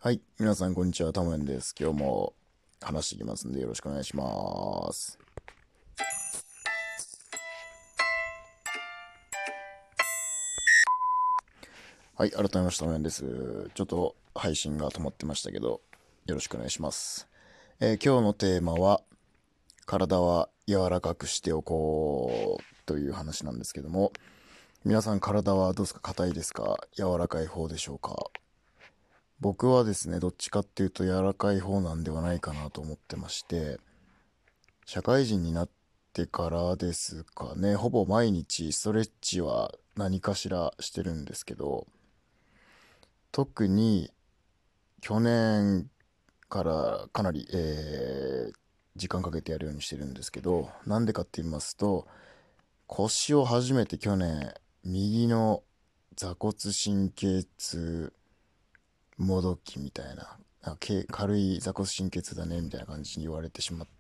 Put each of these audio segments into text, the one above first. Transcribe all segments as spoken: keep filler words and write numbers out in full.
はい、皆さんこんにちは、たまやんです。今日も話していきますんでよろしくお願いします。はい、改めましてたまやんです。ちょっと配信が止まってましたけど、よろしくお願いします。えー今日のテーマは、体は柔らかくしておこうという話なんですけども、皆さん体はどうですか？硬いですか？柔らかい方でしょうか？僕はですね、どっちかっていうと柔らかい方なんではないかなと思ってまして、社会人になってからですかね、ほぼ毎日ストレッチは何かしらしてるんですけど、特に去年からかなり、えー時間かけてやるようにしてるんですけど、なんでかって言いますと、腰を初めて去年、右の座骨神経痛もどきみたいな、なんか軽軽い座骨神経痛だねみたいな感じに言われてしまって、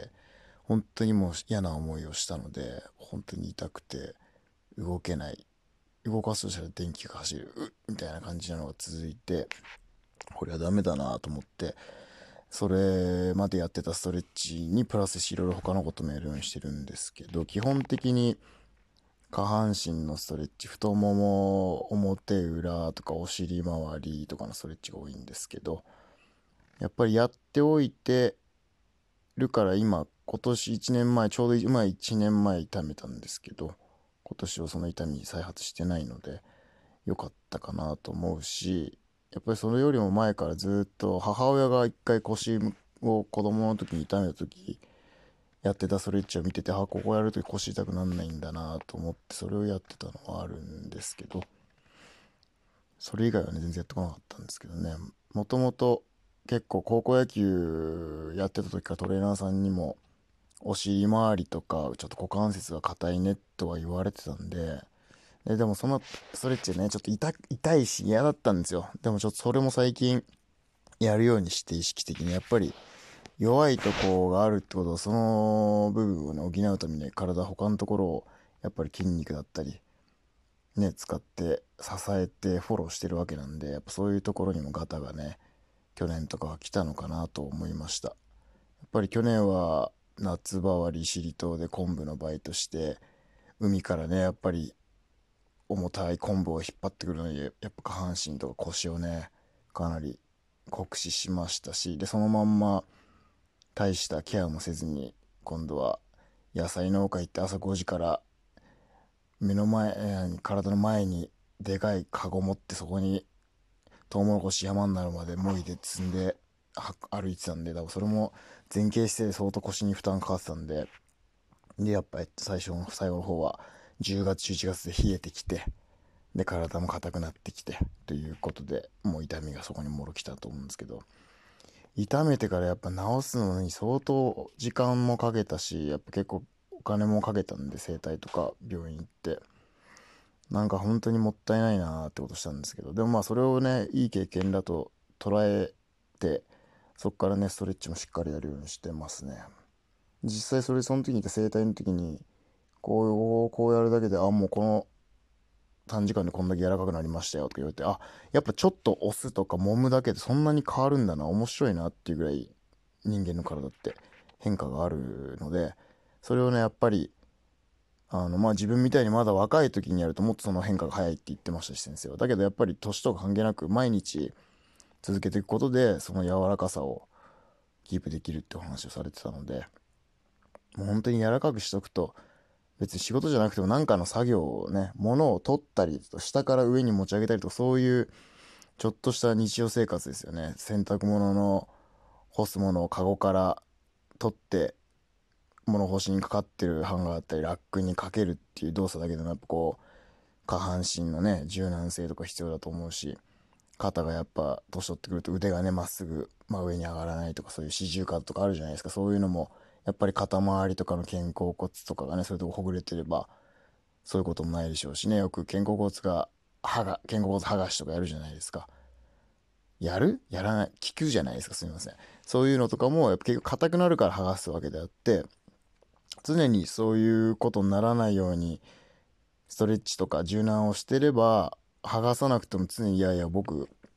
本当にもう嫌な思いをしたので、本当に痛くて動けない、動かすとしたら電気が走る、うっみたいな感じなのが続いて、これはダメだなと思って、それまでやってたストレッチにプラスしいろいろ他のこともやるようにしてるんですけど、基本的に下半身のストレッチ、太もも表裏とかお尻周りとかのストレッチが多いんですけど、やっぱりやっておいてるから今、今年いちねんまえ、ちょうど今いちねんまえ痛めたんですけど、今年はその痛み再発してないので、良かったかなと思うし、やっぱりそれよりも前からずっと母親が一回腰を子供の時に痛めた時やってたストレッチを見てて、あ、ここやるとき腰痛くなんないんだなと思ってそれをやってたのはあるんですけど、それ以外はね全然やってこなかったんですけどね。もともと結構高校野球やってた時からトレーナーさんにもお尻周りとかちょっと股関節が硬いねとは言われてたんで、ででもそのストレッチねちょっと痛痛いし嫌だったんですよ。でもちょっとそれも最近やるようにして意識的にやっぱり弱いとこがあるってことを、その部分をね補うために体他のところをやっぱり筋肉だったりね使って支えてフォローしてるわけなんで、やっぱそういうところにもガタがね去年とかは来たのかなと思いました。やっぱり去年は夏場は利尻島で昆布のバイトして、海からねやっぱり重たい昆布を引っ張ってくるのにやっぱ下半身とか腰をねかなり酷使しましたし、でそのまんま大したケアもせずに今度は野菜農家行って朝ごじから目の前、えー体の前にでかいカゴ持ってそこにトウモロコシ山になるまでもいで積んでは歩いてたんで、だからそれも前傾姿勢で相当腰に負担かかってたんで、でやっぱり最初の最後の方はじゅうがつじゅういちがつで冷えてきて、で体も硬くなってきてということで、もう痛みがそこにもろきたと思うんですけど、痛めてからやっぱ治すのに相当時間もかけたし、やっぱ結構お金もかけたんで、整体とか病院行ってなんか本当にもったいないなーってことしたんですけど、でもまあそれをねいい経験だと捉えて、そっからねストレッチもしっかりやるようにしてますね。実際それその時に言った整体の時に、こうこうやるだけで、あ、もうこの短時間でこんだけ柔らかくなりましたよとか言われて、あ、やっぱちょっと押すとか揉むだけでそんなに変わるんだな、面白いなっていうぐらい人間の体って変化があるので、それをねやっぱりあのまあ自分みたいにまだ若い時にやるともっとその変化が早いって言ってましたし、先生は。だけどやっぱり年とか関係なく毎日続けていくことでその柔らかさをキープできるってお話をされてたので、もう本当に柔らかくしとくと、別に仕事じゃなくても何かの作業をね、物を取ったり下から上に持ち上げたりとか、そういうちょっとした日常生活ですよね。洗濯物の干すものをカゴから取って物干しにかかってるハンガーだったりラックにかけるっていう動作だけでもやっぱこう下半身のね柔軟性とか必要だと思うし、肩がやっぱ年取ってくると腕がねまっすぐ真上に上がらないとか、そういう四十肩とかあるじゃないですか。そういうのもやっぱり肩周りとかの肩甲骨とかがねそういうとこほぐれてればそういうこともないでしょうしね。よく肩甲骨が歯が肩甲骨剥がしとかやるじゃないですか。やるやらない、聞くじゃないですか、すみません。そういうのとかもやっぱ結構硬くなるから剥がすわけであって、常にそういうことにならないようにストレッチとか柔軟をしてれば、剥がさなくても常に、いやいや僕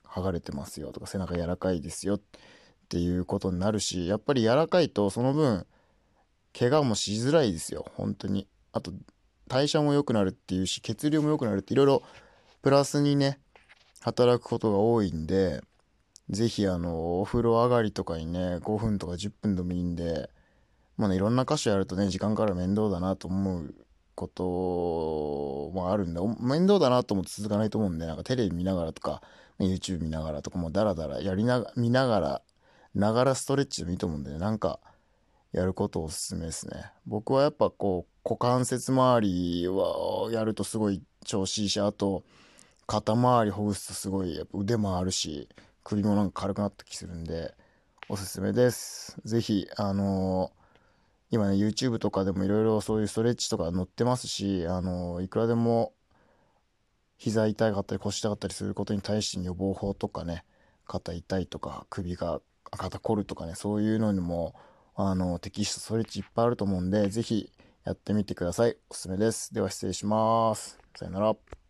剥がれてますよとか背中柔らかいですよっていうことになるし、やっぱり柔らかいとその分怪我もしづらいですよ本当に。あと代謝も良くなるっていうし、血流も良くなるって、いろいろプラスにね働くことが多いんで、ぜひあのお風呂上がりとかにねごふんとかじゅっぷんでもいいんで、まあね、いろんな箇所やるとね時間から面倒だなと思うこともあるんで、お面倒だなと思って続かないと思うんで、なんかテレビ見ながらとか YouTube 見ながらとかもダラダラやりなが見ながらながらストレッチでもいいと思うんでね、なんかやることをおすすめですね。僕はやっぱこう股関節周りはやるとすごい調子いいし、あと肩周りほぐすとすごいやっぱ腕もあるし首もなんか軽くなった気するんでおすすめです。ぜひあのー今ね YouTube とかでもいろいろそういうストレッチとか載ってますし、あのーいくらでも膝痛かったり腰痛かったりすることに対して予防法とかね、肩痛いとか首が肩こるとかね、そういうのにもあの適したストレッチいっぱいあると思うんで、ぜひやってみてください。おすすめです。では失礼します。さよなら。